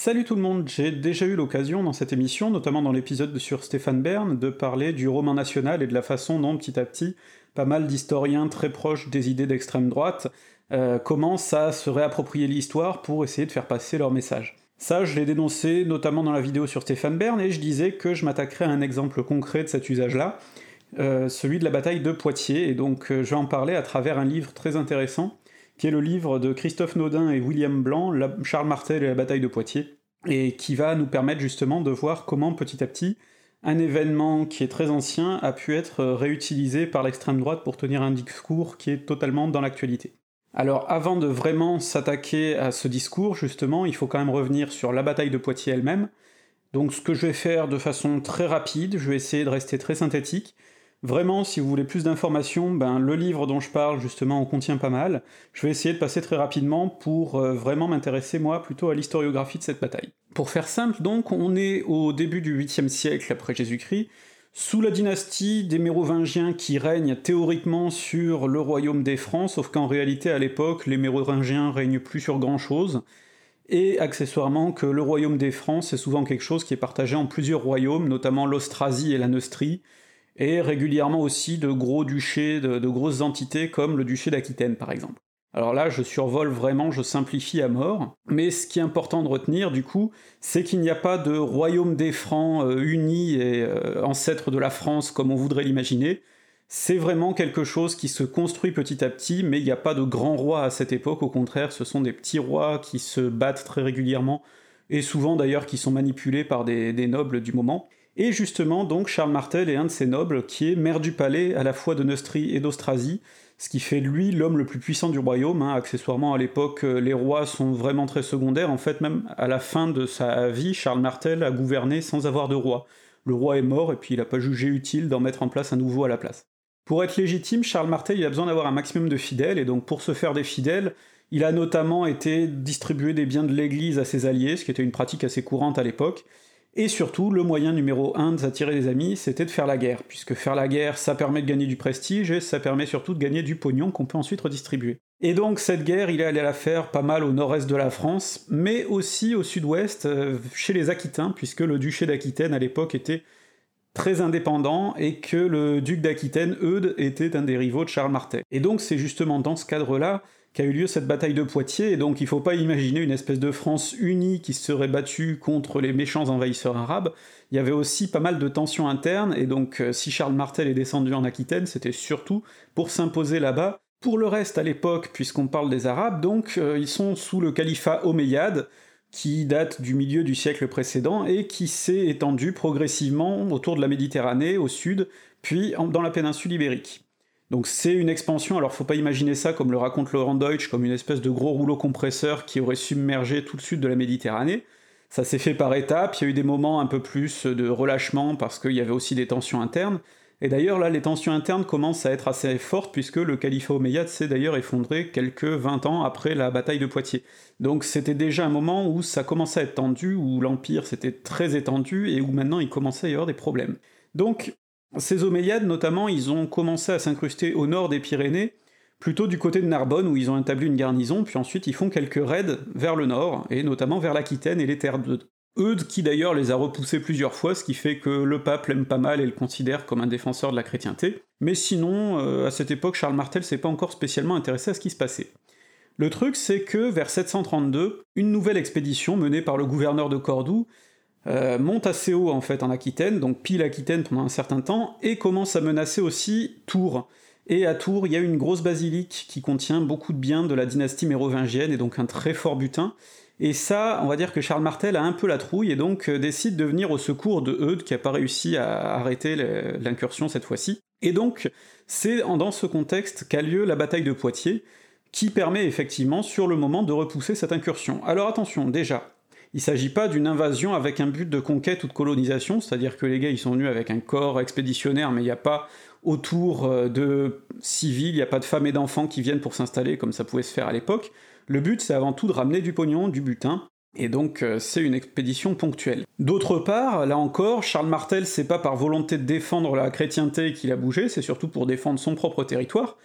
Salut tout le monde, j'ai déjà eu l'occasion dans cette émission, notamment dans l'épisode sur Stéphane Bern, de parler du roman national et de la façon dont petit à petit, pas mal d'historiens très proches des idées d'extrême droite commencent à se réapproprier l'histoire pour essayer de faire passer leur message. Ça, je l'ai dénoncé notamment dans la vidéo sur Stéphane Bern, et je disais que je m'attaquerais à un exemple concret de cet usage-là, celui de la bataille de Poitiers, et donc je vais en parler à travers un livre très intéressant, qui est le livre de Christophe Naudin et William Blanc, Charles Martel et la bataille de Poitiers, et qui va nous permettre justement de voir comment petit à petit, un événement qui est très ancien a pu être réutilisé par l'extrême droite pour tenir un discours qui est totalement dans l'actualité. Alors avant de vraiment s'attaquer à ce discours, justement, il faut quand même revenir sur la bataille de Poitiers elle-même. Donc ce que je vais faire de façon très rapide, je vais essayer de rester très synthétique. Vraiment, si vous voulez plus d'informations, le livre dont je parle, justement, en contient pas mal. Je vais essayer de passer très rapidement pour vraiment m'intéresser, moi, plutôt à l'historiographie de cette bataille. Pour faire simple, donc, on est au début du 8e siècle après Jésus-Christ, sous la dynastie des Mérovingiens qui règnent théoriquement sur le royaume des Francs, sauf qu'en réalité, à l'époque, les Mérovingiens règnent plus sur grand-chose, et accessoirement que le royaume des Francs, c'est souvent quelque chose qui est partagé en plusieurs royaumes, notamment l'Austrasie et la Neustrie, et régulièrement aussi de gros duchés, de grosses entités comme le duché d'Aquitaine par exemple. Alors là, je survole vraiment, je simplifie à mort, mais ce qui est important de retenir du coup, c'est qu'il n'y a pas de royaume des Francs uni et ancêtre de la France comme on voudrait l'imaginer. C'est vraiment quelque chose qui se construit petit à petit, mais il n'y a pas de grands rois à cette époque, au contraire, ce sont des petits rois qui se battent très régulièrement, et souvent d'ailleurs qui sont manipulés par des nobles du moment. Et justement, donc, Charles Martel est un de ces nobles qui est maire du palais à la fois de Neustrie et d'Austrasie, ce qui fait de lui l'homme le plus puissant du royaume. Accessoirement, à l'époque, les rois sont vraiment très secondaires. En fait, même à la fin de sa vie, Charles Martel a gouverné sans avoir de roi. Le roi est mort, et puis il n'a pas jugé utile d'en mettre en place un nouveau à la place. Pour être légitime, Charles Martel il a besoin d'avoir un maximum de fidèles, et donc pour se faire des fidèles, il a notamment été distribuer des biens de l'église à ses alliés, ce qui était une pratique assez courante à l'époque. Et surtout, le moyen numéro 1 de s'attirer des amis, c'était de faire la guerre, puisque faire la guerre, ça permet de gagner du prestige, et ça permet surtout de gagner du pognon qu'on peut ensuite redistribuer. Et donc cette guerre, il est allé la faire pas mal au nord-est de la France, mais aussi au sud-ouest, chez les Aquitains, puisque le duché d'Aquitaine à l'époque était très indépendant, et que le duc d'Aquitaine, Eudes, était un des rivaux de Charles Martel. Et donc c'est justement dans ce cadre-là qu'a eu lieu cette bataille de Poitiers, et donc il faut pas imaginer une espèce de France unie qui se serait battue contre les méchants envahisseurs arabes. Il y avait aussi pas mal de tensions internes, et donc si Charles Martel est descendu en Aquitaine, c'était surtout pour s'imposer là-bas. Pour le reste, à l'époque, puisqu'on parle des Arabes, donc ils sont sous le califat omeyyade, qui date du milieu du siècle précédent, et qui s'est étendu progressivement autour de la Méditerranée, au sud, puis dans la péninsule ibérique. Donc c'est une expansion, alors faut pas imaginer ça comme le raconte Laurent Deutsch, comme une espèce de gros rouleau compresseur qui aurait submergé tout le sud de la Méditerranée. Ça s'est fait par étapes, il y a eu des moments un peu plus de relâchement parce qu'il y avait aussi des tensions internes, et d'ailleurs là les tensions internes commencent à être assez fortes puisque le califat omeyyade s'est d'ailleurs effondré quelques 20 ans après la bataille de Poitiers. Donc c'était déjà un moment où ça commençait à être tendu, où l'empire s'était très étendu et où maintenant il commençait à y avoir des problèmes. Donc ces Omeyyades, notamment, ils ont commencé à s'incruster au nord des Pyrénées, plutôt du côté de Narbonne, où ils ont établi une garnison, puis ensuite ils font quelques raids vers le nord, et notamment vers l'Aquitaine et les terres d'Eudes. Eudes qui d'ailleurs les a repoussés plusieurs fois, ce qui fait que le pape l'aime pas mal et le considère comme un défenseur de la chrétienté, mais sinon, à cette époque, Charles Martel s'est pas encore spécialement intéressé à ce qui se passait. Le truc, c'est que vers 732, une nouvelle expédition menée par le gouverneur de Cordoue monte assez haut en fait en Aquitaine, donc pille l'Aquitaine pendant un certain temps, et commence à menacer aussi Tours. Et à Tours, il y a une grosse basilique qui contient beaucoup de biens de la dynastie mérovingienne, et donc un très fort butin. Et ça, on va dire que Charles Martel a un peu la trouille, et donc décide de venir au secours de Eudes, qui a pas réussi à arrêter l'incursion cette fois-ci. Et donc, c'est dans ce contexte qu'a lieu la bataille de Poitiers, qui permet effectivement, sur le moment, de repousser cette incursion. Alors attention, déjà, il s'agit pas d'une invasion avec un but de conquête ou de colonisation, c'est-à-dire que les gars ils sont venus avec un corps expéditionnaire, mais il n'y a pas autour de civils, il n'y a pas de femmes et d'enfants qui viennent pour s'installer comme ça pouvait se faire à l'époque. Le but c'est avant tout de ramener du pognon, du butin, et donc c'est une expédition ponctuelle. D'autre part, là encore, Charles Martel c'est pas par volonté de défendre la chrétienté qu'il a bougé, c'est surtout pour défendre son propre territoire,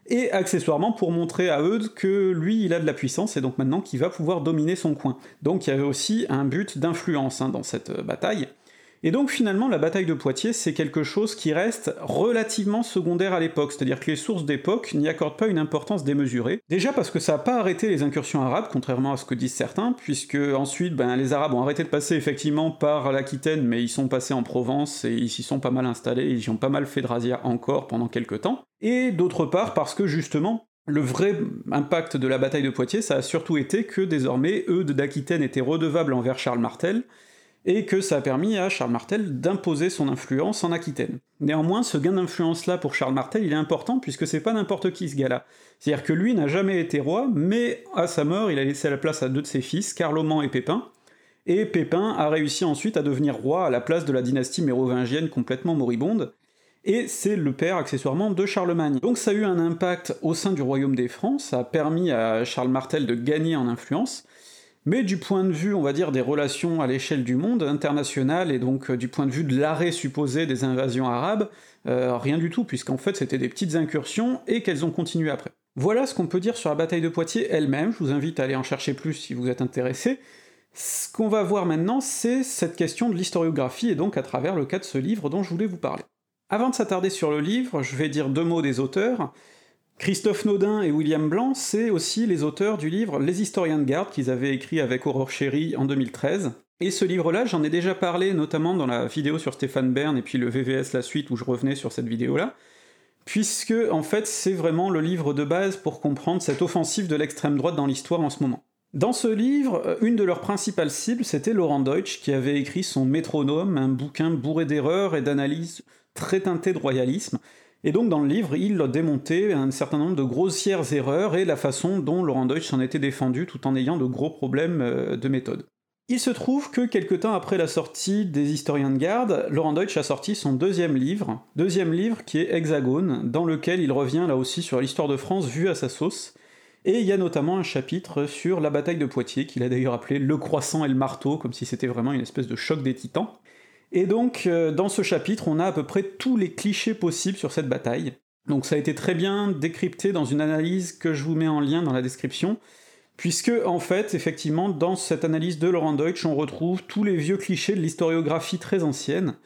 et accessoirement pour montrer à Eudes que lui il a de la puissance et donc maintenant qu'il va pouvoir dominer son coin. Donc il y avait aussi un but d'influence dans cette bataille. Et donc finalement la bataille de Poitiers c'est quelque chose qui reste relativement secondaire à l'époque, c'est-à-dire que les sources d'époque n'y accordent pas une importance démesurée. Déjà parce que ça a pas arrêté les incursions arabes, contrairement à ce que disent certains, puisque ensuite les Arabes ont arrêté de passer effectivement par l'Aquitaine, mais ils sont passés en Provence et ils s'y sont pas mal installés, ils y ont pas mal fait de razzia encore pendant quelques temps. Et d'autre part parce que justement, le vrai impact de la bataille de Poitiers, ça a surtout été que désormais Eudes d'Aquitaine était redevable envers Charles Martel, et que ça a permis à Charles Martel d'imposer son influence en Aquitaine. Néanmoins, ce gain d'influence-là pour Charles Martel, il est important puisque c'est pas n'importe qui ce gars-là. C'est-à-dire que lui n'a jamais été roi, mais à sa mort, il a laissé la place à deux de ses fils, Carloman et Pépin, et Pépin a réussi ensuite à devenir roi à la place de la dynastie mérovingienne complètement moribonde, et c'est le père accessoirement de Charlemagne. Donc ça a eu un impact au sein du royaume des Francs, ça a permis à Charles Martel de gagner en influence, mais du point de vue, on va dire, des relations à l'échelle du monde international, et donc du point de vue de l'arrêt supposé des invasions arabes, rien du tout, puisqu'en fait c'était des petites incursions, et qu'elles ont continué après. Voilà ce qu'on peut dire sur la bataille de Poitiers elle-même, je vous invite à aller en chercher plus si vous êtes intéressé. Ce qu'on va voir maintenant, c'est cette question de l'historiographie, et donc à travers le cas de ce livre dont je voulais vous parler. Avant de s'attarder sur le livre, je vais dire deux mots des auteurs. Christophe Naudin et William Blanc, c'est aussi les auteurs du livre Les historiens de garde qu'ils avaient écrit avec Aurore Chéry en 2013. Et ce livre-là, j'en ai déjà parlé notamment dans la vidéo sur Stéphane Bern et puis le VVS La Suite où je revenais sur cette vidéo-là, puisque en fait c'est vraiment le livre de base pour comprendre cette offensive de l'extrême droite dans l'histoire en ce moment. Dans ce livre, une de leurs principales cibles, c'était Laurent Deutsch, qui avait écrit son Métronome, un bouquin bourré d'erreurs et d'analyses très teintées de royalisme, et donc dans le livre, il a démonté un certain nombre de grossières erreurs et la façon dont Laurent Deutsch s'en était défendu tout en ayant de gros problèmes de méthode. Il se trouve que quelque temps après la sortie des Historiens de garde, Laurent Deutsch a sorti son deuxième livre qui est Hexagone, dans lequel il revient là aussi sur l'histoire de France vue à sa sauce, et il y a notamment un chapitre sur la bataille de Poitiers, qu'il a d'ailleurs appelé Le Croissant et le Marteau, comme si c'était vraiment une espèce de choc des titans. Et donc, dans ce chapitre, on a à peu près tous les clichés possibles sur cette bataille. Donc ça a été très bien décrypté dans une analyse que je vous mets en lien dans la description, puisque, en fait, effectivement, dans cette analyse de Laurent Deutsch, on retrouve tous les vieux clichés de l'historiographie très ancienne,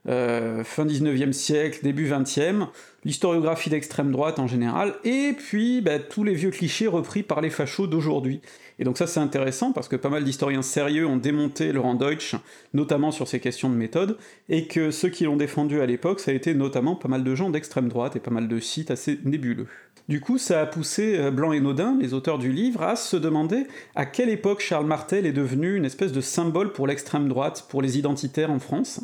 fin 19e siècle, début 20e, l'historiographie d'extrême droite en général, et puis tous les vieux clichés repris par les fachos d'aujourd'hui. Et donc ça c'est intéressant parce que pas mal d'historiens sérieux ont démonté Laurent Deutsch, notamment sur ces questions de méthode, et que ceux qui l'ont défendu à l'époque, ça a été notamment pas mal de gens d'extrême droite et pas mal de sites assez nébuleux. Du coup, ça a poussé Blanc et Naudin, les auteurs du livre, à se demander à quelle époque Charles Martel est devenu une espèce de symbole pour l'extrême droite, pour les identitaires en France.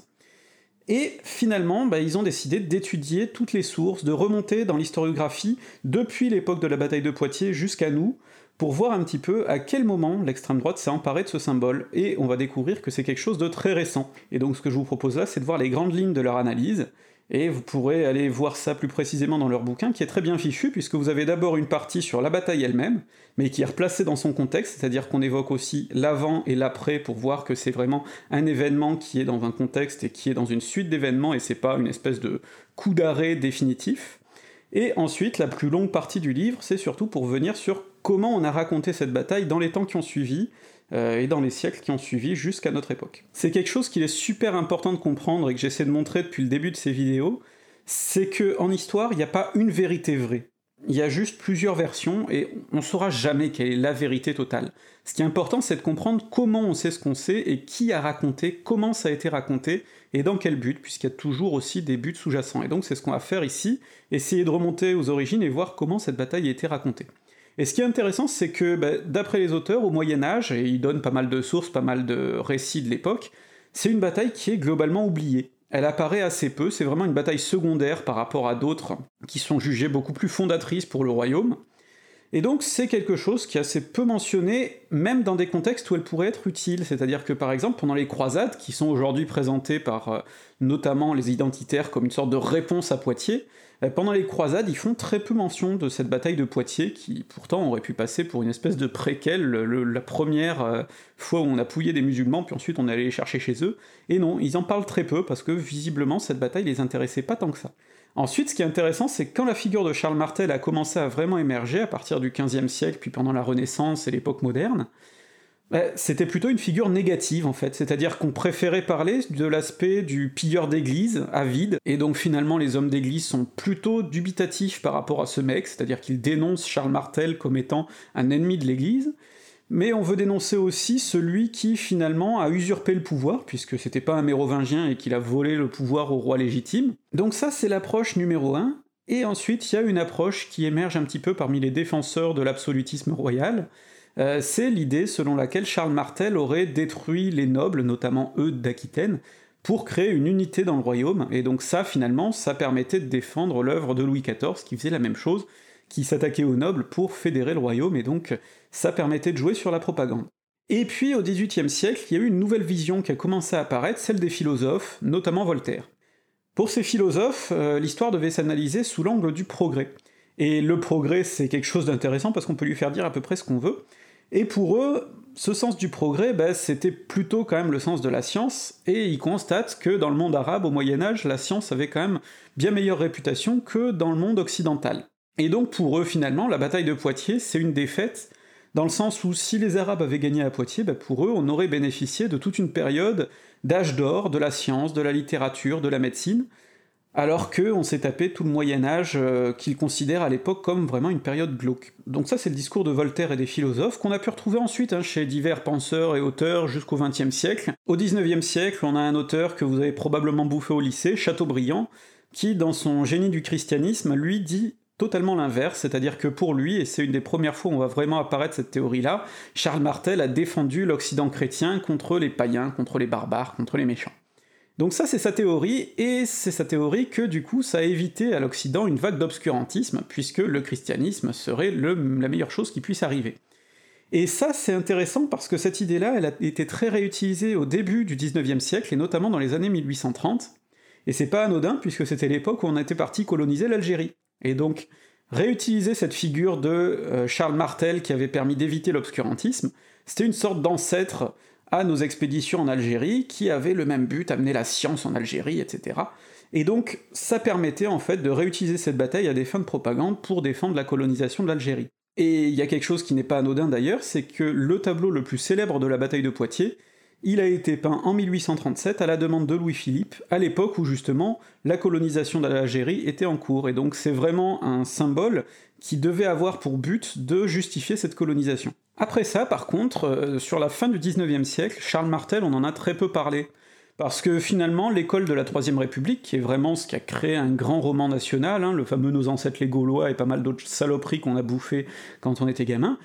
Et finalement, ils ont décidé d'étudier toutes les sources, de remonter dans l'historiographie depuis l'époque de la bataille de Poitiers jusqu'à nous, pour voir un petit peu à quel moment l'extrême droite s'est emparée de ce symbole, et on va découvrir que c'est quelque chose de très récent. Et donc ce que je vous propose là, c'est de voir les grandes lignes de leur analyse, et vous pourrez aller voir ça plus précisément dans leur bouquin, qui est très bien fichu, puisque vous avez d'abord une partie sur la bataille elle-même, mais qui est replacée dans son contexte, c'est-à-dire qu'on évoque aussi l'avant et l'après pour voir que c'est vraiment un événement qui est dans un contexte et qui est dans une suite d'événements, et c'est pas une espèce de coup d'arrêt définitif. Et ensuite, la plus longue partie du livre, c'est surtout pour venir sur comment on a raconté cette bataille dans les temps qui ont suivi, et dans les siècles qui ont suivi jusqu'à notre époque. C'est quelque chose qu'il est super important de comprendre et que j'essaie de montrer depuis le début de ces vidéos, c'est qu'en histoire, il n'y a pas une vérité vraie. Il y a juste plusieurs versions, et on saura jamais quelle est la vérité totale. Ce qui est important, c'est de comprendre comment on sait ce qu'on sait, et qui a raconté, comment ça a été raconté, et dans quel but, puisqu'il y a toujours aussi des buts sous-jacents. Et donc c'est ce qu'on va faire ici, essayer de remonter aux origines et voir comment cette bataille a été racontée. Et ce qui est intéressant, c'est que, d'après les auteurs, au Moyen-Âge, et ils donnent pas mal de sources, pas mal de récits de l'époque, c'est une bataille qui est globalement oubliée. Elle apparaît assez peu, c'est vraiment une bataille secondaire par rapport à d'autres qui sont jugées beaucoup plus fondatrices pour le royaume, et donc c'est quelque chose qui est assez peu mentionné, même dans des contextes où elle pourrait être utile, c'est-à-dire que par exemple pendant les croisades, qui sont aujourd'hui présentées par notamment les identitaires comme une sorte de réponse à Poitiers, pendant les croisades ils font très peu mention de cette bataille de Poitiers, qui pourtant aurait pu passer pour une espèce de préquel, la première fois où on a pouillé des musulmans, puis ensuite on allait les chercher chez eux, et non, ils en parlent très peu, parce que visiblement cette bataille les intéressait pas tant que ça. Ensuite, ce qui est intéressant, c'est que quand la figure de Charles Martel a commencé à vraiment émerger, à partir du XVe siècle, puis pendant la Renaissance et l'époque moderne, c'était plutôt une figure négative en fait, c'est-à-dire qu'on préférait parler de l'aspect du pilleur d'église, avide, et donc finalement les hommes d'église sont plutôt dubitatifs par rapport à ce mec, c'est-à-dire qu'ils dénoncent Charles Martel comme étant un ennemi de l'église, mais on veut dénoncer aussi celui qui finalement a usurpé le pouvoir, puisque c'était pas un mérovingien et qu'il a volé le pouvoir au roi légitime. Donc ça c'est l'approche numéro 1, et ensuite il y a une approche qui émerge un petit peu parmi les défenseurs de l'absolutisme royal, c'est l'idée selon laquelle Charles Martel aurait détruit les nobles, notamment Eudes d'Aquitaine, pour créer une unité dans le royaume, et donc ça, finalement, ça permettait de défendre l'œuvre de Louis XIV, qui faisait la même chose, qui s'attaquait aux nobles pour fédérer le royaume, et donc ça permettait de jouer sur la propagande. Et puis, au XVIIIe siècle, il y a eu une nouvelle vision qui a commencé à apparaître, celle des philosophes, notamment Voltaire. Pour ces philosophes, l'histoire devait s'analyser sous l'angle du progrès. Et le progrès, c'est quelque chose d'intéressant parce qu'on peut lui faire dire à peu près ce qu'on veut, et pour eux, ce sens du progrès, c'était plutôt quand même le sens de la science, et ils constatent que dans le monde arabe, au Moyen-Âge, la science avait quand même bien meilleure réputation que dans le monde occidental. Et donc pour eux, finalement, la bataille de Poitiers, c'est une défaite, dans le sens où si les Arabes avaient gagné à Poitiers, pour eux, on aurait bénéficié de toute une période d'âge d'or, de la science, de la littérature, de la médecine, alors qu'on s'est tapé tout le Moyen-Âge qu'ils considèrent à l'époque comme vraiment une période glauque. Donc ça c'est le discours de Voltaire et des philosophes, qu'on a pu retrouver ensuite chez divers penseurs et auteurs jusqu'au XXe siècle. Au XIXe siècle, on a un auteur que vous avez probablement bouffé au lycée, Chateaubriand, qui dans son Génie du christianisme, lui dit totalement l'inverse, c'est-à-dire que pour lui, et c'est une des premières fois où on va vraiment apparaître cette théorie-là, Charles Martel a défendu l'Occident chrétien contre les païens, contre les barbares, contre les méchants. Donc ça c'est sa théorie, et c'est sa théorie que du coup ça a évité à l'Occident une vague d'obscurantisme, puisque le christianisme serait la meilleure chose qui puisse arriver. Et ça c'est intéressant parce que cette idée-là, elle a été très réutilisée au début du XIXe siècle, et notamment dans les années 1830, et c'est pas anodin puisque c'était l'époque où on était parti coloniser l'Algérie. Et donc réutiliser cette figure de Charles Martel qui avait permis d'éviter l'obscurantisme, c'était une sorte d'ancêtre à nos expéditions en Algérie, qui avaient le même but, amener la science en Algérie, etc. Et donc, ça permettait en fait de réutiliser cette bataille à des fins de propagande pour défendre la colonisation de l'Algérie. Et il y a quelque chose qui n'est pas anodin d'ailleurs, c'est que le tableau le plus célèbre de la bataille de Poitiers, il a été peint en 1837 à la demande de Louis-Philippe, à l'époque où justement la colonisation de l'Algérie était en cours, et donc c'est vraiment un symbole qui devait avoir pour but de justifier cette colonisation. Après ça, par contre, sur la fin du XIXe siècle, Charles Martel, on en a très peu parlé, parce que finalement, l'école de la Troisième République, qui est vraiment ce qui a créé un grand roman national, le fameux Nos ancêtres les Gaulois et pas mal d'autres saloperies qu'on a bouffées quand on était gamin,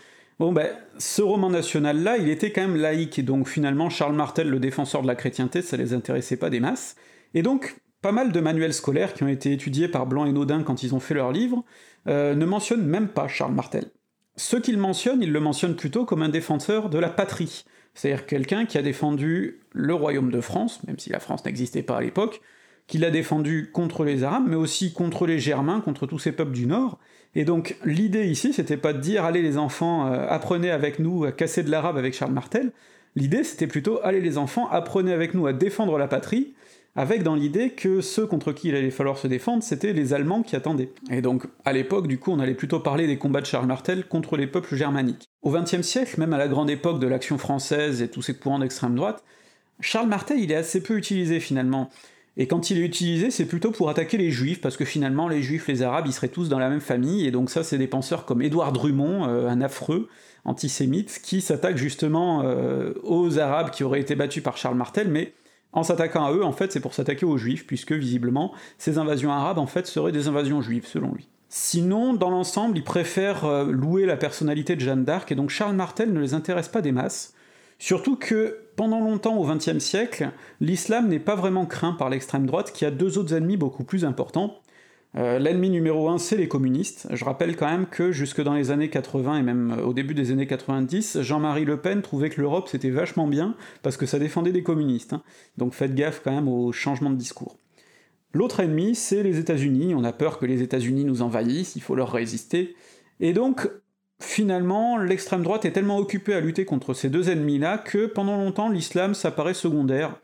ce roman national-là, il était quand même laïque, et donc finalement, Charles Martel, le défenseur de la chrétienté, ça les intéressait pas des masses, et donc, pas mal de manuels scolaires qui ont été étudiés par Blanc et Naudin quand ils ont fait leurs livres, ne mentionnent même pas Charles Martel. Ce qu'il mentionne, il le mentionne plutôt comme un défenseur de la patrie, c'est-à-dire quelqu'un qui a défendu le royaume de France, même si la France n'existait pas à l'époque, qui l'a défendu contre les Arabes, mais aussi contre les Germains, contre tous ces peuples du Nord, et donc l'idée ici, c'était pas de dire « Allez les enfants, apprenez avec nous à casser de l'arabe avec Charles Martel », l'idée c'était plutôt « Allez les enfants, apprenez avec nous à défendre la patrie », avec dans l'idée que ceux contre qui il allait falloir se défendre, c'était les Allemands qui attendaient. Et donc, à l'époque, du coup, on allait plutôt parler des combats de Charles Martel contre les peuples germaniques. Au XXe siècle, même à la grande époque de l'Action française et tous ces courants d'extrême droite, Charles Martel, il est assez peu utilisé, finalement. Et quand il est utilisé, c'est plutôt pour attaquer les Juifs, parce que finalement, les Juifs, les Arabes, ils seraient tous dans la même famille, et donc ça, c'est des penseurs comme Édouard Drummond, un affreux antisémite, qui s'attaque justement aux Arabes qui auraient été battus par Charles Martel, mais en s'attaquant à eux, en fait, c'est pour s'attaquer aux Juifs, puisque, visiblement, ces invasions arabes, en fait, seraient des invasions juives, selon lui. Sinon, dans l'ensemble, il préfère louer la personnalité de Jeanne d'Arc, et donc Charles Martel ne les intéresse pas des masses, surtout que, pendant longtemps au XXe siècle, l'islam n'est pas vraiment craint par l'extrême droite, qui a deux autres ennemis beaucoup plus importants. L'ennemi numéro 1, c'est les communistes. Je rappelle quand même que jusque dans les années 80 et même au début des années 90, Jean-Marie Le Pen trouvait que l'Europe c'était vachement bien parce que ça défendait des communistes. Donc faites gaffe quand même au changement de discours. L'autre ennemi, c'est les États-Unis. On a peur que les États-Unis nous envahissent, il faut leur résister. Et donc, finalement, l'extrême droite est tellement occupée à lutter contre ces deux ennemis-là que pendant longtemps, l'islam, ça paraît secondaire.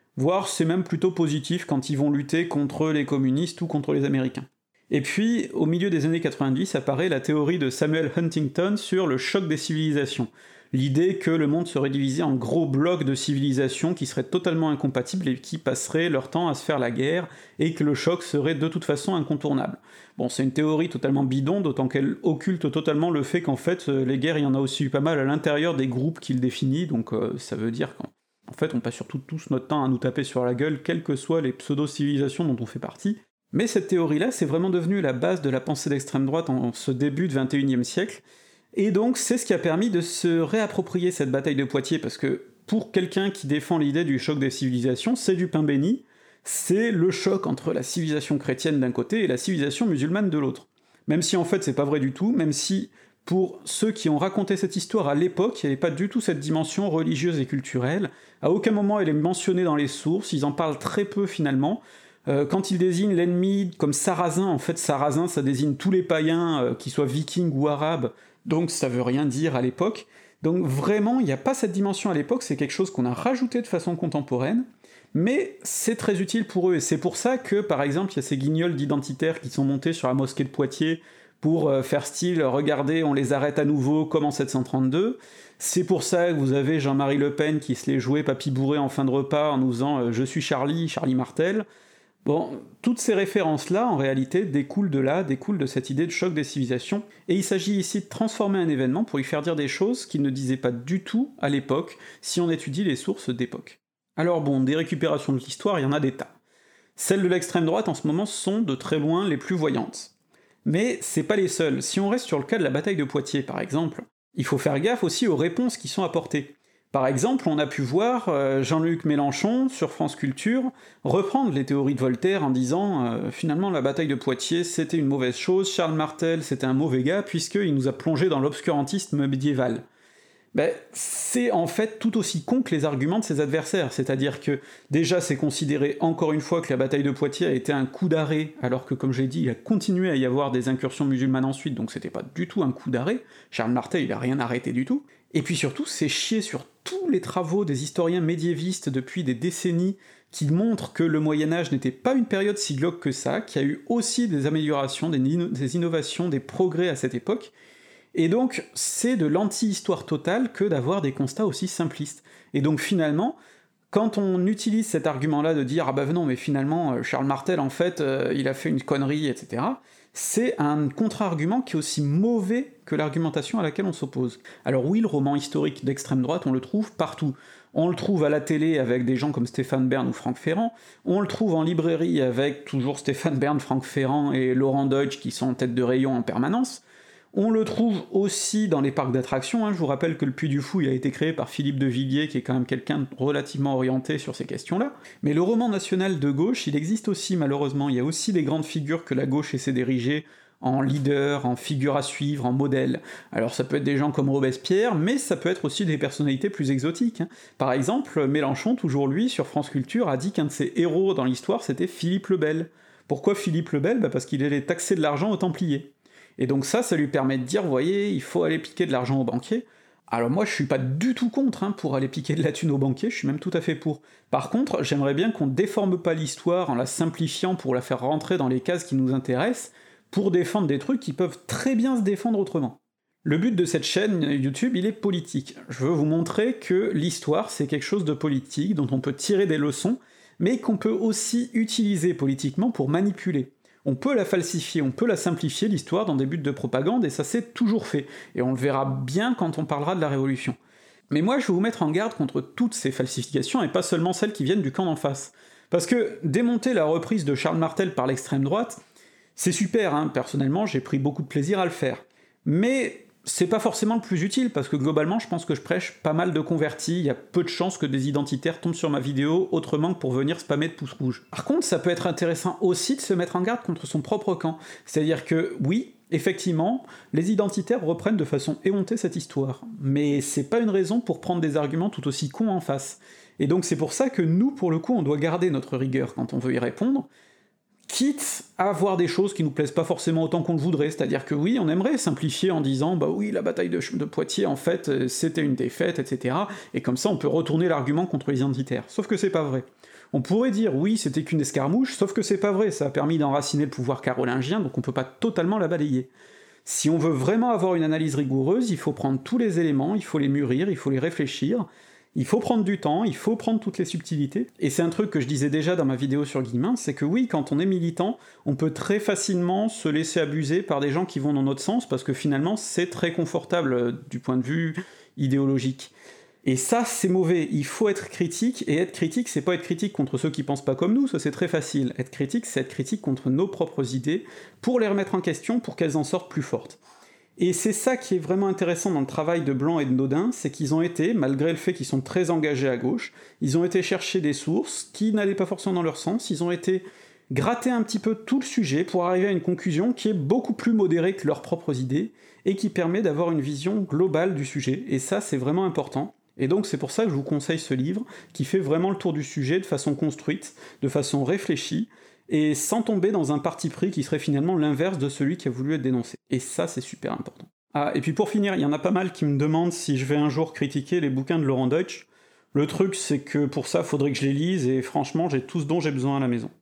voire c'est même plutôt positif quand ils vont lutter contre les communistes ou contre les Américains. Et puis, au milieu des années 90, apparaît la théorie de Samuel Huntington sur le choc des civilisations. L'idée que le monde serait divisé en gros blocs de civilisations qui seraient totalement incompatibles et qui passeraient leur temps à se faire la guerre, et que le choc serait de toute façon incontournable. Bon, c'est une théorie totalement bidon, d'autant qu'elle occulte totalement le fait qu'en fait, les guerres, il y en a aussi eu pas mal à l'intérieur des groupes qu'il définit, donc ça veut dire qu'en fait, on passe surtout tous notre temps à nous taper sur la gueule, quelles que soient les pseudo-civilisations dont on fait partie. Mais cette théorie-là, c'est vraiment devenu la base de la pensée d'extrême droite en ce début de XXIe siècle, et donc c'est ce qui a permis de se réapproprier cette bataille de Poitiers, parce que pour quelqu'un qui défend l'idée du choc des civilisations, c'est du pain béni, c'est le choc entre la civilisation chrétienne d'un côté et la civilisation musulmane de l'autre. Même si en fait c'est pas vrai du tout, même si pour ceux qui ont raconté cette histoire à l'époque, il n'y avait pas du tout cette dimension religieuse et culturelle, à aucun moment elle est mentionnée dans les sources, ils en parlent très peu finalement. Quand ils désignent l'ennemi comme Sarrasin, en fait Sarrasin ça désigne tous les païens, qu'ils soient vikings ou arabes, donc ça veut rien dire à l'époque. Donc vraiment, il n'y a pas cette dimension à l'époque, c'est quelque chose qu'on a rajouté de façon contemporaine, mais c'est très utile pour eux, et c'est pour ça que, par exemple, il y a ces guignols d'identitaires qui sont montés sur la mosquée de Poitiers pour faire style « Regardez, on les arrête à nouveau, comme en 732 », c'est pour ça que vous avez Jean-Marie Le Pen qui se l'est joué papy bourré en fin de repas en nous disant « Je suis Charlie, Charlie Martel ». Bon, toutes ces références-là, en réalité, découlent de cette idée de choc des civilisations, et il s'agit ici de transformer un événement pour y faire dire des choses qu'il ne disait pas du tout à l'époque, si on étudie les sources d'époque. Alors bon, des récupérations de l'histoire, il y en a des tas. Celles de l'extrême droite en ce moment sont de très loin les plus voyantes. Mais c'est pas les seules. Si on reste sur le cas de la bataille de Poitiers, par exemple, il faut faire gaffe aussi aux réponses qui sont apportées. Par exemple, on a pu voir Jean-Luc Mélenchon, sur France Culture, reprendre les théories de Voltaire en disant finalement la bataille de Poitiers c'était une mauvaise chose, Charles Martel c'était un mauvais gars puisqu'il nous a plongé dans l'obscurantisme médiéval. Ben, c'est en fait tout aussi con que les arguments de ses adversaires, c'est-à-dire que déjà c'est considéré encore une fois que la bataille de Poitiers a été un coup d'arrêt, alors que comme j'ai dit, il a continué à y avoir des incursions musulmanes ensuite, donc c'était pas du tout un coup d'arrêt, Charles Martel il a rien arrêté du tout, et puis surtout c'est chier sur tous les travaux des historiens médiévistes depuis des décennies qui montrent que le Moyen-Âge n'était pas une période si glauque que ça, qu'il y a eu aussi des améliorations, des innovations, des progrès à cette époque, et donc, c'est de l'anti-histoire totale que d'avoir des constats aussi simplistes. Et donc finalement, quand on utilise cet argument-là de dire « Ah bah non, mais finalement, Charles Martel, en fait, il a fait une connerie, etc. », c'est un contre-argument qui est aussi mauvais que l'argumentation à laquelle on s'oppose. Alors oui, le roman historique d'extrême droite, on le trouve partout. On le trouve à la télé avec des gens comme Stéphane Bern ou Franck Ferrand, on le trouve en librairie avec toujours Stéphane Bern, Franck Ferrand et Laurent Deutsch qui sont en tête de rayon en permanence, on le trouve aussi dans les parcs d'attractions, je vous rappelle que le Puy du Fou il a été créé par Philippe de Villiers, qui est quand même quelqu'un de relativement orienté sur ces questions-là, mais le roman national de gauche, il existe aussi malheureusement, il y a aussi des grandes figures que la gauche essaie d'ériger en leader, en figure à suivre, en modèle. Alors ça peut être des gens comme Robespierre, mais ça peut être aussi des personnalités plus exotiques. Par exemple, Mélenchon, toujours lui, sur France Culture, a dit qu'un de ses héros dans l'histoire c'était Philippe le Bel. Pourquoi Philippe le Bel ? Parce qu'il allait taxer de l'argent aux Templiers. Et donc ça lui permet de dire, vous voyez, il faut aller piquer de l'argent aux banquiers. Alors moi je suis pas du tout contre pour aller piquer de la thune aux banquiers, je suis même tout à fait pour. Par contre, j'aimerais bien qu'on déforme pas l'histoire en la simplifiant pour la faire rentrer dans les cases qui nous intéressent, pour défendre des trucs qui peuvent très bien se défendre autrement. Le but de cette chaîne YouTube, il est politique. Je veux vous montrer que l'histoire, c'est quelque chose de politique, dont on peut tirer des leçons, mais qu'on peut aussi utiliser politiquement pour manipuler. On peut la falsifier, on peut la simplifier, l'histoire, dans des buts de propagande, et ça s'est toujours fait, et on le verra bien quand on parlera de la Révolution. Mais moi je vais vous mettre en garde contre toutes ces falsifications, et pas seulement celles qui viennent du camp d'en face. Parce que démonter la reprise de Charles Martel par l'extrême droite, c'est super, personnellement j'ai pris beaucoup de plaisir à le faire. Mais c'est pas forcément le plus utile, parce que globalement je pense que je prêche pas mal de convertis, il y a peu de chances que des identitaires tombent sur ma vidéo autrement que pour venir spammer de pouces rouges. Par contre, ça peut être intéressant aussi de se mettre en garde contre son propre camp, c'est-à-dire que, oui, effectivement, les identitaires reprennent de façon éhontée cette histoire, mais c'est pas une raison pour prendre des arguments tout aussi cons en face. Et donc c'est pour ça que nous, pour le coup, on doit garder notre rigueur quand on veut y répondre, quitte à voir des choses qui nous plaisent pas forcément autant qu'on le voudrait, c'est-à-dire que oui, on aimerait simplifier en disant bah oui, la bataille de Poitiers, en fait, c'était une défaite, etc., et comme ça on peut retourner l'argument contre les identitaires. Sauf que c'est pas vrai. On pourrait dire oui, c'était qu'une escarmouche, sauf que c'est pas vrai, ça a permis d'enraciner le pouvoir carolingien, donc on peut pas totalement la balayer. Si on veut vraiment avoir une analyse rigoureuse, il faut prendre tous les éléments, il faut les mûrir, il faut les réfléchir, il faut prendre du temps, il faut prendre toutes les subtilités, et c'est un truc que je disais déjà dans ma vidéo sur Guillemin, c'est que oui, quand on est militant, on peut très facilement se laisser abuser par des gens qui vont dans notre sens, parce que finalement c'est très confortable du point de vue idéologique. Et ça, c'est mauvais, il faut être critique, et être critique, c'est pas être critique contre ceux qui pensent pas comme nous, ça c'est très facile. Être critique, c'est être critique contre nos propres idées, pour les remettre en question, pour qu'elles en sortent plus fortes. Et c'est ça qui est vraiment intéressant dans le travail de Blanc et de Nodin, c'est qu'ils ont été, malgré le fait qu'ils sont très engagés à gauche, ils ont été chercher des sources qui n'allaient pas forcément dans leur sens, ils ont été gratter un petit peu tout le sujet pour arriver à une conclusion qui est beaucoup plus modérée que leurs propres idées, et qui permet d'avoir une vision globale du sujet, et ça c'est vraiment important. Et donc c'est pour ça que je vous conseille ce livre, qui fait vraiment le tour du sujet de façon construite, de façon réfléchie, et sans tomber dans un parti pris qui serait finalement l'inverse de celui qui a voulu être dénoncé. Et ça, c'est super important. Ah, et puis pour finir, il y en a pas mal qui me demandent si je vais un jour critiquer les bouquins de Laurent Deutsch. Le truc, c'est que pour ça, faudrait que je les lise, et franchement, j'ai tout ce dont j'ai besoin à la maison.